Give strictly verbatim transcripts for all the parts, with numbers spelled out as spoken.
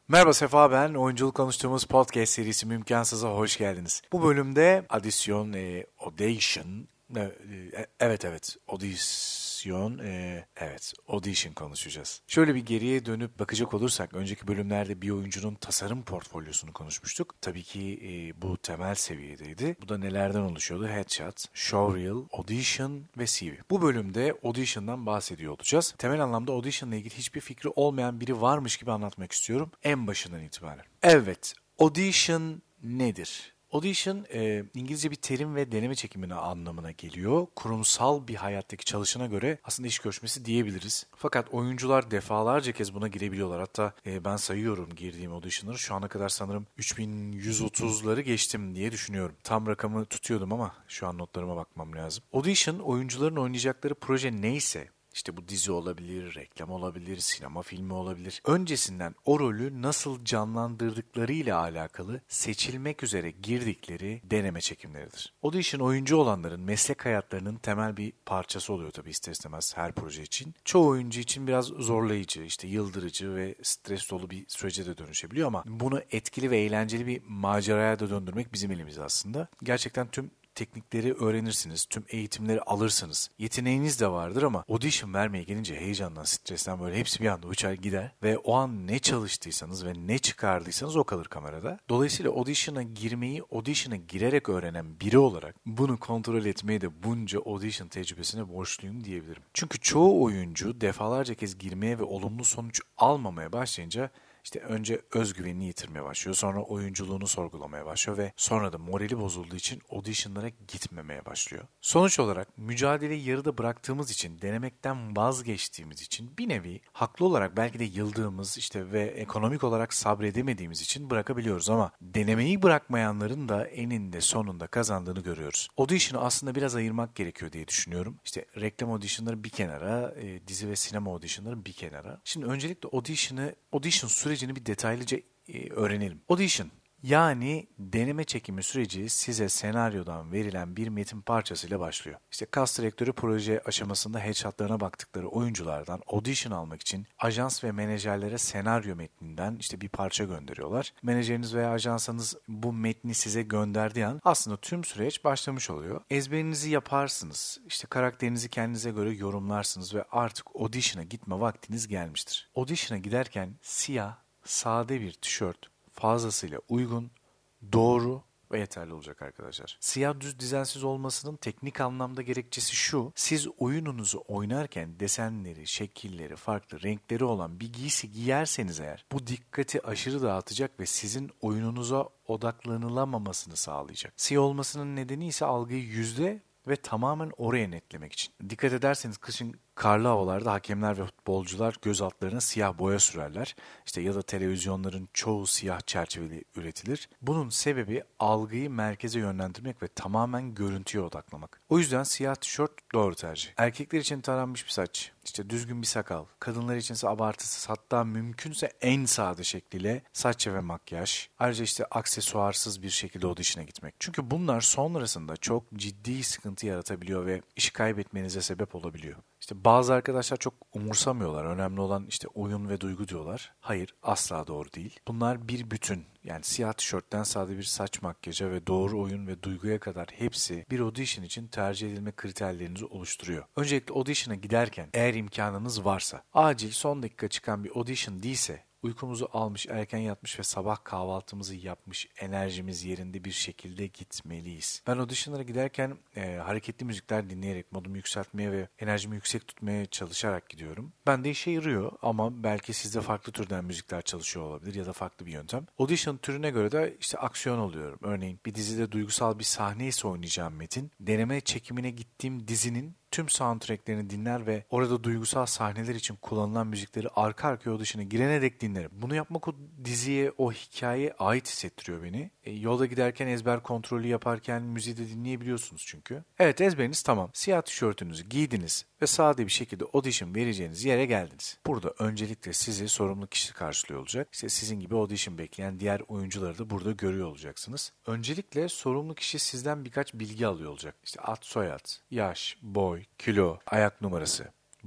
Merhaba Sefa, ben oyunculuk konuştuğumuz podcast serisi Mümkansız'a hoş geldiniz. Bu bölümde adisyon, e, audition, e, e, evet evet audition, e, evet audition konuşacağız. Şöyle bir geriye dönüp bakacak olursak önceki bölümlerde bir oyuncunun tasarım portfolyosunu konuşmuştuk. Tabii ki e, bu temel seviyedeydi. Bu da nelerden oluşuyordu? Headshot, showreel, audition ve C V. Bu bölümde audition'dan bahsediyor olacağız. Temel anlamda audition'la ilgili hiçbir fikri olmayan biri varmış gibi anlatmak istiyorum en başından itibaren. Evet, audition nedir? Audition, e, İngilizce bir terim ve deneme çekimine anlamına geliyor. Kurumsal bir hayattaki çalışana göre aslında iş görüşmesi diyebiliriz. Fakat oyuncular defalarca kez buna girebiliyorlar. Hatta e, ben sayıyorum girdiğim auditionları. Şu ana kadar sanırım üç bin yüz otuzları geçtim diye düşünüyorum. Tam rakamı tutuyordum ama şu an notlarıma bakmam lazım. Audition, oyuncuların oynayacakları proje neyse, İşte bu dizi olabilir, reklam olabilir, sinema filmi olabilir. Öncesinden o rolü nasıl canlandırdıklarıyla alakalı seçilmek üzere girdikleri deneme çekimleridir. Audition, oyuncu olanların meslek hayatlarının temel bir parçası oluyor tabii ister istemez her proje için. Çoğu oyuncu için biraz zorlayıcı, işte yıldırıcı ve stres dolu bir sürece de dönüşebiliyor ama bunu etkili ve eğlenceli bir maceraya da döndürmek bizim elimizde aslında. Gerçekten tüm teknikleri öğrenirsiniz, tüm eğitimleri alırsınız. Yeteneğiniz de vardır ama audition vermeye gelince heyecandan, stresten böyle hepsi bir anda uçar gider ve o an ne çalıştıysanız ve ne çıkardıysanız o kalır kamerada. Dolayısıyla audition'a girmeyi audition'a girerek öğrenen biri olarak bunu kontrol etmeye de bunca audition tecrübesine borçluyum diyebilirim. Çünkü çoğu oyuncu defalarca kez girmeye ve olumlu sonuç almamaya başlayınca İşte önce özgüvenini yitirmeye başlıyor, sonra oyunculuğunu sorgulamaya başlıyor ve sonra da morali bozulduğu için auditionlara gitmemeye başlıyor. Sonuç olarak mücadeleyi yarıda bıraktığımız için, denemekten vazgeçtiğimiz için bir nevi haklı olarak belki de yıldığımız işte ve ekonomik olarak sabredemediğimiz için bırakabiliyoruz ama denemeyi bırakmayanların da eninde sonunda kazandığını görüyoruz. Audition'ı aslında biraz ayırmak gerekiyor diye düşünüyorum. İşte reklam auditionları bir kenara, e, dizi ve sinema auditionları bir kenara. Şimdi öncelikle audition'ı, audition sürecini bir detaylıca e, öğrenelim. Audition, yani deneme çekimi süreci size senaryodan verilen bir metin parçasıyla başlıyor. İşte cast direktörü proje aşamasında headshotlarına baktıkları oyunculardan audition almak için ajans ve menajerlere senaryo metninden işte bir parça gönderiyorlar. Menajeriniz veya ajansınız bu metni size gönderdiği an aslında tüm süreç başlamış oluyor. Ezberinizi yaparsınız. İşte karakterinizi kendinize göre yorumlarsınız ve artık audition'a gitme vaktiniz gelmiştir. Audition'a giderken siyah, sade bir tişört fazlasıyla uygun, doğru ve yeterli olacak arkadaşlar. Siyah düz dizensiz olmasının teknik anlamda gerekçesi şu: siz oyununuzu oynarken desenleri, şekilleri, farklı renkleri olan bir giysi giyerseniz eğer bu dikkati aşırı dağıtacak ve sizin oyununuza odaklanılamamasını sağlayacak. Siyah olmasının nedeni ise algıyı yüzde ve tamamen oraya netlemek için. Dikkat ederseniz kışın karlı havalarda hakemler ve futbolcular göz altlarına siyah boya sürerler. İşte ya da televizyonların çoğu siyah çerçeveli üretilir. Bunun sebebi algıyı merkeze yönlendirmek ve tamamen görüntüye odaklamak. O yüzden siyah tişört doğru tercih. Erkekler için taranmış bir saç, işte düzgün bir sakal, kadınlar içinse abartısız, hatta mümkünse en sade şekliyle saç ve makyaj. Ayrıca işte aksesuarsız bir şekilde audition'a gitmek. Çünkü bunlar sonrasında çok ciddi sıkıntı yaratabiliyor ve işi kaybetmenize sebep olabiliyor. İşte bazı arkadaşlar çok umursamıyorlar. Önemli olan işte oyun ve duygu diyorlar. Hayır, asla doğru değil. Bunlar bir bütün. Yani siyah tişörtten sade bir saç makyaja ve doğru oyun ve duyguya kadar hepsi bir audition için tercih edilme kriterlerinizi oluşturuyor. Öncelikle audition'a giderken eğer imkanınız varsa, acil son dakika çıkan bir audition değilse, uykumuzu almış, erken yatmış ve sabah kahvaltımızı yapmış, enerjimiz yerinde bir şekilde gitmeliyiz. Ben auditionlara giderken e, hareketli müzikler dinleyerek modumu yükseltmeye ve enerjimi yüksek tutmaya çalışarak gidiyorum. Bende işe yarıyor ama belki sizde farklı türden müzikler çalışıyor olabilir ya da farklı bir yöntem. Audition türüne göre de işte aksiyon oluyorum. Örneğin bir dizide duygusal bir sahne ise oynayacağım metin, deneme çekimine gittiğim dizinin tüm soundtracklerini dinler ve orada duygusal sahneler için kullanılan müzikleri arka arkaya audition'a girene dek dinlerim. Bunu yapmak o diziye, o hikayeye ait hissettiriyor beni. E, yolda giderken ezber kontrolü yaparken müziği de dinleyebiliyorsunuz çünkü. Evet, ezberiniz tamam. Siyah tişörtünüzü giydiniz ve sade bir şekilde audition vereceğiniz yere geldiniz. Burada öncelikle sizi sorumlu kişi karşılıyor olacak. İşte sizin gibi audition bekleyen diğer oyuncuları da burada görüyor olacaksınız. Öncelikle sorumlu kişi sizden birkaç bilgi alıyor olacak. İşte ad, soyad, yaş, boy, kilo, ayak numarası.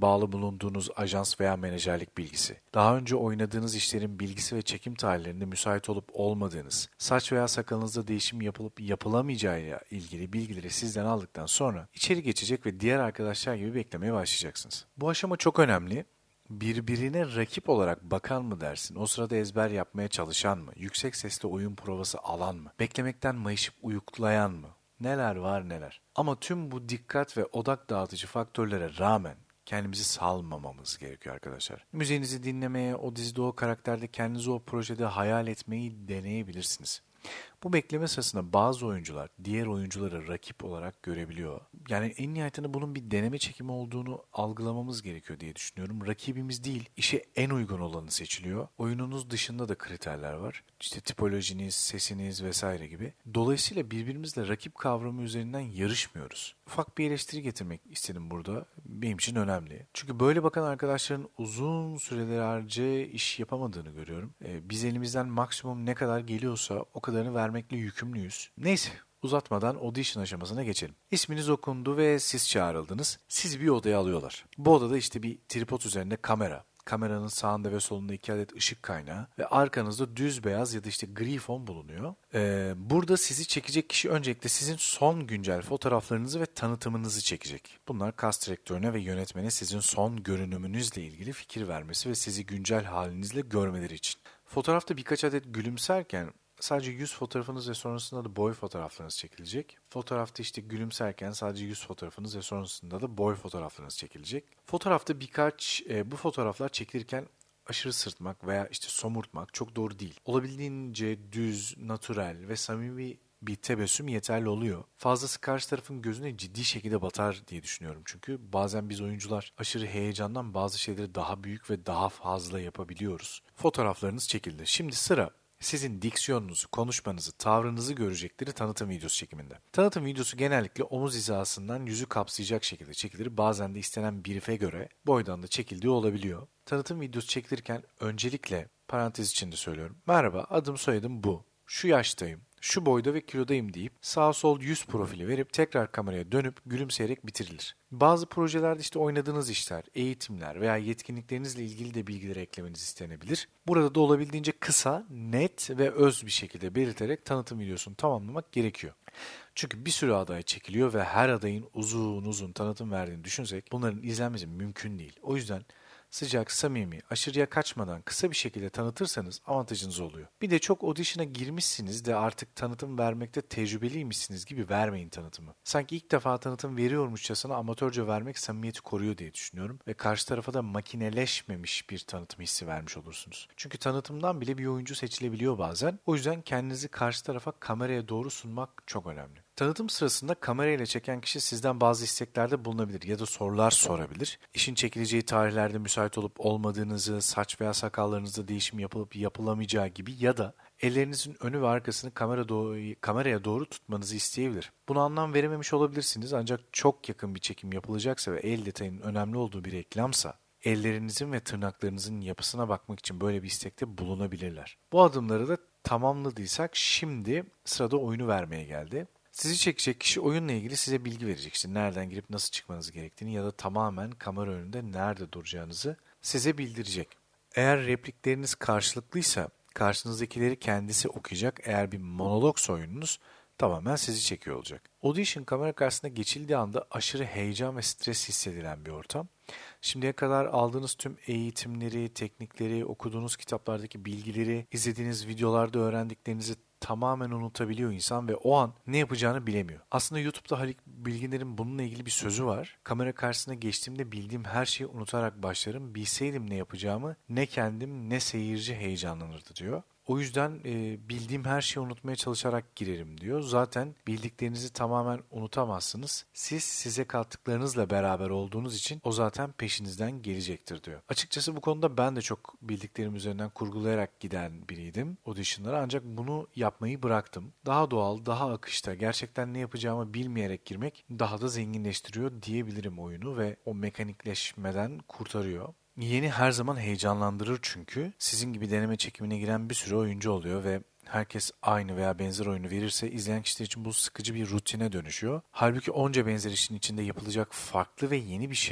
bağlı bulunduğunuz ajans veya menajerlik bilgisi, daha önce oynadığınız işlerin bilgisi ve çekim tarihlerinde müsait olup olmadığınız, saç veya sakalınızda değişim yapılıp yapılamayacağıyla ilgili bilgileri sizden aldıktan sonra içeri geçecek ve diğer arkadaşlar gibi beklemeye başlayacaksınız. Bu aşama çok önemli. Birbirine rakip olarak bakan mı dersin? O sırada ezber yapmaya çalışan mı? Yüksek sesle oyun provası alan mı? Beklemekten mayışıp uyuklayan mı? Neler var neler. Ama tüm bu dikkat ve odak dağıtıcı faktörlere rağmen kendimizi salmamamız gerekiyor arkadaşlar. Müziğinizi dinlemeye, o dizide o karakterde kendinizi o projede hayal etmeyi deneyebilirsiniz. Bu bekleme sırasında bazı oyuncular diğer oyuncuları rakip olarak görebiliyor. Yani en nihayetinde bunun bir deneme çekimi olduğunu algılamamız gerekiyor diye düşünüyorum. Rakibimiz değil, işe en uygun olanı seçiliyor. Oyununuz dışında da kriterler var. İşte tipolojiniz, sesiniz vesaire gibi. Dolayısıyla birbirimizle rakip kavramı üzerinden yarışmıyoruz. Ufak bir eleştiri getirmek istedim burada. Benim için önemli. Çünkü böyle bakan arkadaşların uzun sürelerce iş yapamadığını görüyorum. Ee, biz elimizden maksimum ne kadar geliyorsa o kadarını vermekle yükümlüyüz. Neyse, uzatmadan audition aşamasına geçelim. İsminiz okundu ve siz çağrıldınız. Sizi bir odaya alıyorlar. Bu odada işte bir tripod üzerinde kamera. Kameranın sağında ve solunda iki adet ışık kaynağı ve arkanızda düz beyaz ya da işte gri fon bulunuyor. Ee, burada sizi çekecek kişi öncelikle sizin son güncel fotoğraflarınızı ve tanıtımınızı çekecek. Bunlar kas direktörüne ve yönetmene sizin son görünümünüzle ilgili fikir vermesi ve sizi güncel halinizle görmeleri için. Fotoğrafta birkaç adet gülümserken sadece yüz fotoğrafınız ve sonrasında da boy fotoğraflarınız çekilecek. Fotoğrafta işte gülümserken sadece yüz fotoğrafınız ve sonrasında da boy fotoğraflarınız çekilecek. Fotoğrafta birkaç, e, bu fotoğraflar çekilirken aşırı sırtmak veya işte somurtmak çok doğru değil. Olabildiğince düz, natürel ve samimi bir tebessüm yeterli oluyor. Fazlası karşı tarafın gözüne ciddi şekilde batar diye düşünüyorum. Çünkü bazen biz oyuncular aşırı heyecandan bazı şeyleri daha büyük ve daha fazla yapabiliyoruz. Fotoğraflarınız çekildi. Şimdi sıra sizin diksiyonunuzu, konuşmanızı, tavrınızı görecekleri tanıtım videosu çekiminde. Tanıtım videosu genellikle omuz hizasından yüzü kapsayacak şekilde çekilir. Bazen de istenen brief'e göre boydan da çekildiği olabiliyor. Tanıtım videosu çekilirken öncelikle parantez içinde söylüyorum. Merhaba, adım soyadım bu. Şu yaştayım. Şu boyda ve kilodayım deyip sağ sol yüz profili verip tekrar kameraya dönüp gülümseyerek bitirilir. Bazı projelerde işte oynadığınız işler, eğitimler veya yetkinliklerinizle ilgili de bilgileri eklemeniz istenebilir. Burada da olabildiğince kısa, net ve öz bir şekilde belirterek tanıtım videosunu tamamlamak gerekiyor. Çünkü bir sürü aday çekiliyor ve her adayın uzun uzun tanıtım verdiğini düşünsek bunların izlenmesi mümkün değil. O yüzden sıcak, samimi, aşırıya kaçmadan kısa bir şekilde tanıtırsanız avantajınız oluyor. Bir de çok audition'a girmişsiniz de artık tanıtım vermekte tecrübeliymişsiniz gibi vermeyin tanıtımı. Sanki ilk defa tanıtım veriyormuşçasına amatörce vermek samimiyeti koruyor diye düşünüyorum ve karşı tarafa da makineleşmemiş bir tanıtım hissi vermiş olursunuz. Çünkü tanıtımdan bile bir oyuncu seçilebiliyor bazen. O yüzden kendinizi karşı tarafa kameraya doğru sunmak çok önemli. Tanıtım sırasında kamerayla çeken kişi sizden bazı isteklerde bulunabilir ya da sorular sorabilir. İşin çekileceği tarihlerde müsait olup olmadığınızı, saç veya sakallarınızda değişim yapılıp yapılamayacağı gibi ya da ellerinizin önü ve arkasını kamera doğru, kameraya doğru tutmanızı isteyebilir. Buna anlam verememiş olabilirsiniz ancak çok yakın bir çekim yapılacaksa ve el detayının önemli olduğu bir reklamsa ellerinizin ve tırnaklarınızın yapısına bakmak için böyle bir istekte bulunabilirler. Bu adımları da tamamladıysak şimdi sırada oyunu vermeye geldi. Sizi çekecek kişi oyunla ilgili size bilgi verecek. İşte nereden girip nasıl çıkmanız gerektiğini ya da tamamen kamera önünde nerede duracağınızı size bildirecek. Eğer replikleriniz karşılıklıysa karşınızdakileri kendisi okuyacak. Eğer bir monologsa oyununuz tamamen sizi çekiyor olacak. Audition kamera karşısında geçildiği anda aşırı heyecan ve stres hissedilen bir ortam. Şimdiye kadar aldığınız tüm eğitimleri, teknikleri, okuduğunuz kitaplardaki bilgileri, izlediğiniz videolarda öğrendiklerinizi tamamen unutabiliyor insan ve o an ne yapacağını bilemiyor. Aslında YouTube'da Haluk Bilginer'in bununla ilgili bir sözü var. Kamera karşısına geçtiğimde bildiğim her şeyi unutarak başlarım. Bilseydim ne yapacağımı ne kendim ne seyirci heyecanlanırdı diyor. O yüzden e, bildiğim her şeyi unutmaya çalışarak girerim diyor. Zaten bildiklerinizi tamamen unutamazsınız. Siz size kattıklarınızla beraber olduğunuz için o zaten peşinizden gelecektir diyor. Açıkçası bu konuda ben de çok bildiklerim üzerinden kurgulayarak giden biriydim auditionlara ancak bunu yapmayı bıraktım. Daha doğal, daha akışta gerçekten ne yapacağımı bilmeyerek girmek daha da zenginleştiriyor diyebilirim oyunu ve o mekanikleşmeden kurtarıyor. Yeni her zaman heyecanlandırır çünkü sizin gibi deneme çekimine giren bir sürü oyuncu oluyor ve herkes aynı veya benzer oyunu verirse izleyen kişiler için bu sıkıcı bir rutine dönüşüyor. Halbuki onca benzer işin içinde yapılacak farklı ve yeni bir şey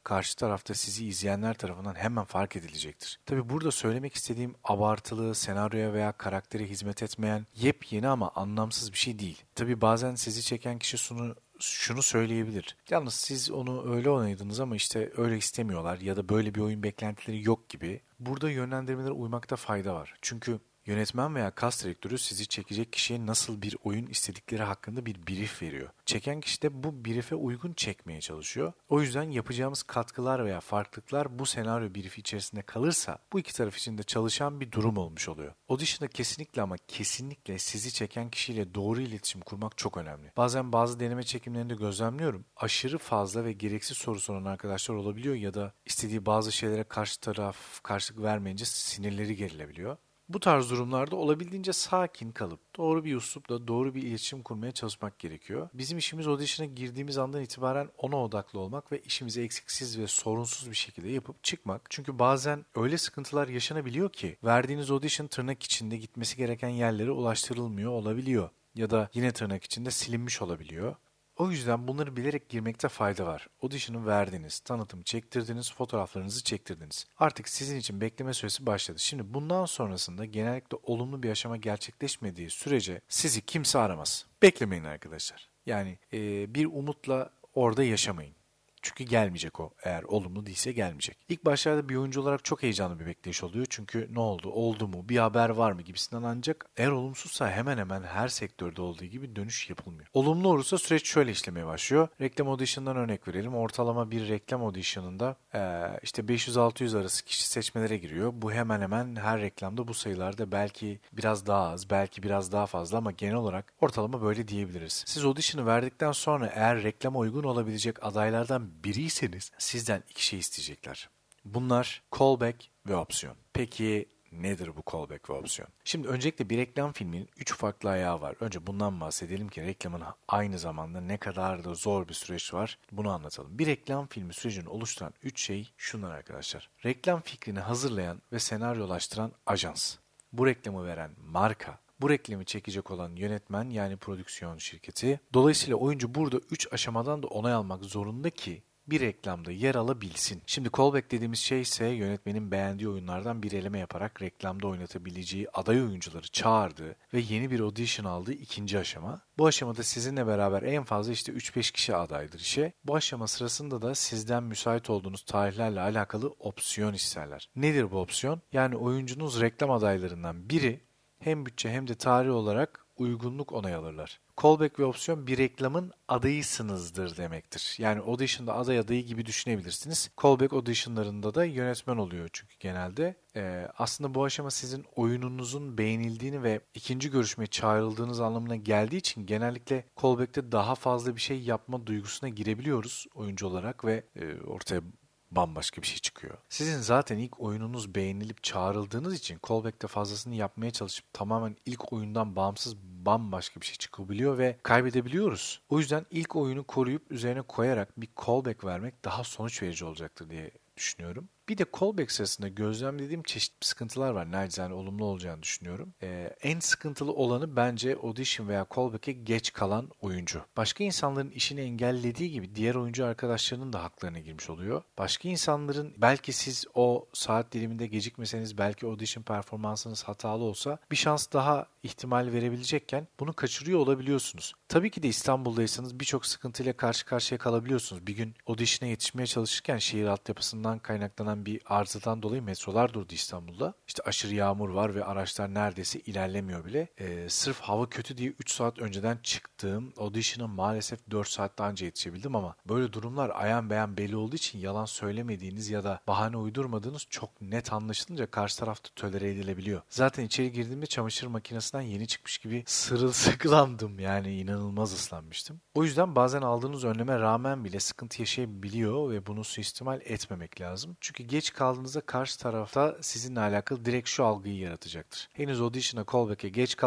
karşı tarafta sizi izleyenler tarafından hemen fark edilecektir. Tabi burada söylemek istediğim abartılı, senaryoya veya karaktere hizmet etmeyen, yepyeni ama anlamsız bir şey değil. Tabi bazen sizi çeken kişi şunu şunu söyleyebilir. Yalnız siz onu öyle oynadınız ama işte öyle istemiyorlar ya da böyle bir oyun beklentileri yok gibi. Burada yönlendirmelere uymakta fayda var. Çünkü yönetmen veya kas direktörü sizi çekecek kişiye nasıl bir oyun istedikleri hakkında bir brief veriyor. Çeken kişi de bu brief'e uygun çekmeye çalışıyor. O yüzden yapacağımız katkılar veya farklılıklar bu senaryo briefi içerisinde kalırsa bu iki taraf için de çalışan bir durum olmuş oluyor. Audition'da kesinlikle ama kesinlikle sizi çeken kişiyle doğru iletişim kurmak çok önemli. Bazen bazı deneme çekimlerinde gözlemliyorum. Aşırı fazla ve gereksiz soru soran arkadaşlar olabiliyor ya da istediği bazı şeylere karşı taraf karşılık vermeyince sinirleri gerilebiliyor. Bu tarz durumlarda olabildiğince sakin kalıp doğru bir üslupla doğru bir iletişim kurmaya çalışmak gerekiyor. Bizim işimiz audition'a girdiğimiz andan itibaren ona odaklı olmak ve işimizi eksiksiz ve sorunsuz bir şekilde yapıp çıkmak. Çünkü bazen öyle sıkıntılar yaşanabiliyor ki verdiğiniz audition tırnak içinde gitmesi gereken yerlere ulaştırılmıyor olabiliyor. Ya da yine tırnak içinde silinmiş olabiliyor. O yüzden bunları bilerek girmekte fayda var. Audition'ı verdiniz, tanıtım çektirdiniz, fotoğraflarınızı çektirdiniz. Artık sizin için bekleme süresi başladı. Şimdi bundan sonrasında genellikle olumlu bir aşama gerçekleşmediği sürece sizi kimse aramaz. Beklemeyin arkadaşlar. Yani e, bir umutla orada yaşamayın. Çünkü gelmeyecek o. Eğer olumlu değilse gelmeyecek. İlk başlarda bir oyuncu olarak çok heyecanlı bir bekleyiş oluyor. Çünkü ne oldu, oldu mu, bir haber var mı gibisinden, ancak eğer olumsuzsa hemen hemen her sektörde olduğu gibi dönüş yapılmıyor. Olumlu olursa süreç şöyle işlemeye başlıyor. Reklam audition'dan örnek verelim. Ortalama bir reklam audition'ında ee, işte beş yüz altı yüz arası kişi seçmelere giriyor. Bu hemen hemen her reklamda bu sayılarda, belki biraz daha az, belki biraz daha fazla ama genel olarak ortalama böyle diyebiliriz. Siz audition'ı verdikten sonra eğer reklama uygun olabilecek adaylardan biriyseniz sizden iki şey isteyecekler. Bunlar callback ve opsiyon. Peki nedir bu callback ve opsiyon? Şimdi öncelikle bir reklam filminin üç farklı ayağı var. Önce bundan bahsedelim ki reklamın aynı zamanda ne kadar da zor bir süreç var bunu anlatalım. Bir reklam filmi sürecini oluşturan üç şey şunlar arkadaşlar. Reklam fikrini hazırlayan ve senaryolaştıran ajans. Bu reklamı veren marka. Bu reklamı çekecek olan yönetmen yani prodüksiyon şirketi. Dolayısıyla oyuncu burada üç aşamadan da onay almak zorunda ki bir reklamda yer alabilsin. Şimdi callback dediğimiz şey ise yönetmenin beğendiği oyunlardan bir eleme yaparak reklamda oynatabileceği aday oyuncuları çağırdığı ve yeni bir audition aldığı ikinci aşama. Bu aşamada sizinle beraber en fazla işte üç beş kişi adaydır işe. Bu aşama sırasında da sizden müsait olduğunuz tarihlerle alakalı opsiyon isterler. Nedir bu opsiyon? Yani oyuncunuz reklam adaylarından biri hem bütçe hem de tarih olarak uygunluk onay alırlar. Callback ve opsiyon bir reklamın adayısınızdır demektir. Yani audition'da aday adayı gibi düşünebilirsiniz. Callback audition'larında da yönetmen oluyor çünkü genelde. Ee, aslında bu aşama sizin oyununuzun beğenildiğini ve ikinci görüşmeye çağrıldığınız anlamına geldiği için genellikle callback'te daha fazla bir şey yapma duygusuna girebiliyoruz oyuncu olarak ve e, ortaya bambaşka bir şey çıkıyor. Sizin zaten ilk oyununuz beğenilip çağrıldığınız için callback'te fazlasını yapmaya çalışıp tamamen ilk oyundan bağımsız bambaşka bir şey çıkabiliyor ve kaybedebiliyoruz. O yüzden ilk oyunu koruyup üzerine koyarak bir callback vermek daha sonuç verici olacaktır diye düşünüyorum. Bir de callback sırasında gözlemlediğim çeşitli sıkıntılar var. Nacizane olumlu olacağını düşünüyorum. Ee, en sıkıntılı olanı bence audition veya callback'e geç kalan oyuncu. Başka insanların işini engellediği gibi diğer oyuncu arkadaşlarının da haklarına girmiş oluyor. Başka insanların, belki siz o saat diliminde gecikmeseniz, belki audition performansınız hatalı olsa bir şans daha ihtimal verebilecekken bunu kaçırıyor olabiliyorsunuz. Tabii ki de İstanbul'daysanız birçok sıkıntıyla karşı karşıya kalabiliyorsunuz. Bir gün audition'a yetişmeye çalışırken şehir altyapısından kaynaklanan bir arızadan dolayı metrolar durdu İstanbul'da. İşte aşırı yağmur var ve araçlar neredeyse ilerlemiyor bile. Ee, sırf hava kötü diye üç saat önceden çıktığım audition'a maalesef dört saatte anca yetişebildim ama böyle durumlar ayan beyan belli olduğu için yalan söylemediğiniz ya da bahane uydurmadığınız çok net anlaşılınca karşı tarafta tolere edilebiliyor. Zaten içeri girdiğimde çamaşır makinesinden yeni çıkmış gibi sırılsıklamdım, yani inanılmaz ıslanmıştım. O yüzden bazen aldığınız önleme rağmen bile sıkıntı yaşayabiliyor ve bunu suistimal etmemek lazım. Çünkü geç kaldığınızda karşı tarafta sizinle alakalı direkt şu algıyı yaratacaktır. Henüz audition'a, callback'e geç kalan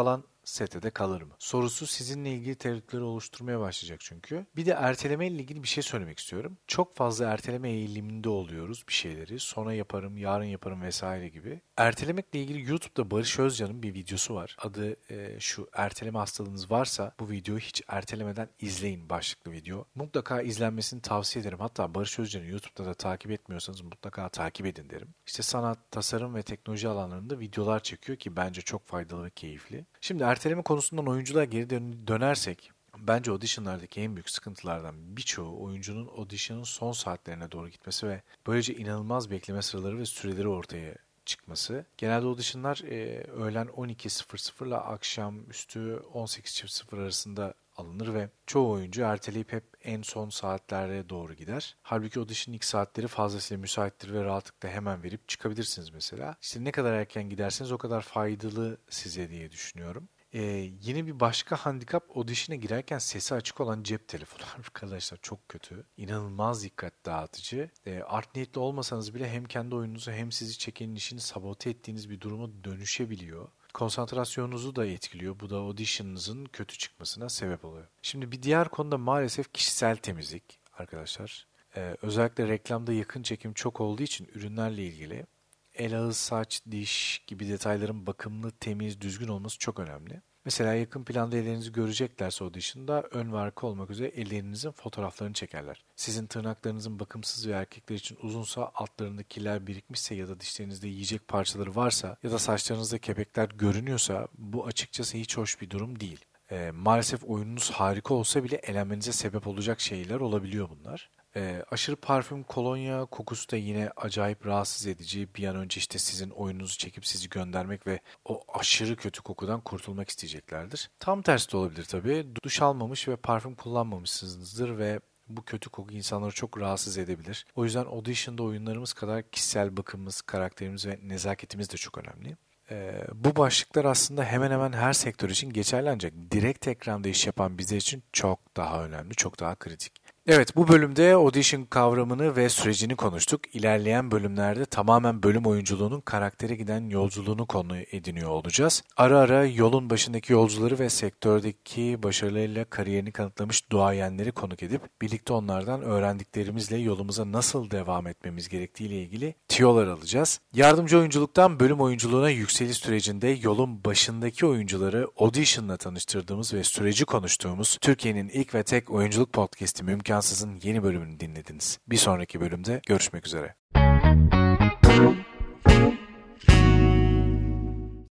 sete de kalır mı? Sorusu sizinle ilgili tereddütleri oluşturmaya başlayacak çünkü. Bir de erteleme ile ilgili bir şey söylemek istiyorum. Çok fazla erteleme eğiliminde oluyoruz bir şeyleri. Sonra yaparım, yarın yaparım vesaire gibi. Ertelemekle ilgili YouTube'da Barış Özcan'ın bir videosu var. Adı e, şu: erteleme hastalığınız varsa bu videoyu hiç ertelemeden izleyin başlıklı video. Mutlaka izlenmesini tavsiye ederim. Hatta Barış Özcan'ı YouTube'da da takip etmiyorsanız mutlaka takip edin derim. İşte sanat, tasarım ve teknoloji alanlarında videolar çekiyor ki bence çok faydalı ve keyifli. Şimdi erteleme konusundan oyunculuğa geri dön- dönersek, bence auditionlardaki en büyük sıkıntılardan birçoğu oyuncunun audition'ın son saatlerine doğru gitmesi ve böylece inanılmaz bekleme sıraları ve süreleri ortaya çıkması. Genelde auditionlar e, öğlen on iki ile akşam üstü on sekiz arasında alınır ve çoğu oyuncu erteleyip hep en son saatlere doğru gider. Halbuki audition ilk saatleri fazlasıyla müsaittir ve rahatlıkla hemen verip çıkabilirsiniz mesela. İşte ne kadar erken giderseniz o kadar faydalı size diye düşünüyorum. Ee, yine bir başka handikap, audition'a girerken sesi açık olan cep telefonu. Arkadaşlar çok kötü. İnanılmaz dikkat dağıtıcı. Ee, art niyetli olmasanız bile hem kendi oyununuzu hem sizi çekenin işini sabote ettiğiniz bir duruma dönüşebiliyor. Konsantrasyonunuzu da etkiliyor. Bu da audition'ınızın kötü çıkmasına sebep oluyor. Şimdi bir diğer konuda maalesef kişisel temizlik arkadaşlar. Ee, özellikle reklamda yakın çekim çok olduğu için ürünlerle ilgili el, ağız, saç, diş gibi detayların bakımlı, temiz, düzgün olması çok önemli. Mesela yakın planda ellerinizi göreceklerse audition'da ön ve arka olmak üzere ellerinizin fotoğraflarını çekerler. Sizin tırnaklarınızın bakımsız ve erkekler için uzunsa, altlarında kirler birikmişse ya da dişlerinizde yiyecek parçaları varsa ya da saçlarınızda kepekler görünüyorsa bu açıkçası hiç hoş bir durum değil. Ee, maalesef oyununuz harika olsa bile elenmenize sebep olacak şeyler olabiliyor bunlar. Ee, aşırı parfüm, kolonya kokusu da yine acayip rahatsız edici. Bir an önce işte sizin oyununuzu çekip sizi göndermek ve o aşırı kötü kokudan kurtulmak isteyeceklerdir. Tam tersi de olabilir tabii. Duş almamış ve parfüm kullanmamışsınızdır ve bu kötü koku insanları çok rahatsız edebilir. O yüzden audition'da oyunlarımız kadar kişisel bakımımız, karakterimiz ve nezaketimiz de çok önemli. Ee, bu başlıklar aslında hemen hemen her sektör için geçerli, ancak direkt ekranda iş yapan bizler için çok daha önemli, çok daha kritik. Evet, bu bölümde audition kavramını ve sürecini konuştuk. İlerleyen bölümlerde tamamen bölüm oyunculuğunun karaktere giden yolculuğunu konu ediniyor olacağız. Ara ara yolun başındaki yolcuları ve sektördeki başarılarıyla kariyerini kanıtlamış duayenleri konuk edip birlikte onlardan öğrendiklerimizle yolumuza nasıl devam etmemiz gerektiğiyle ilgili tiyolar alacağız. Yardımcı oyunculuktan bölüm oyunculuğuna yükseliş sürecinde yolun başındaki oyuncuları audition'la tanıştırdığımız ve süreci konuştuğumuz Türkiye'nin ilk ve tek oyunculuk podcast'i Mümkansız'ın yeni bölümünü dinlediniz. Bir sonraki bölümde görüşmek üzere.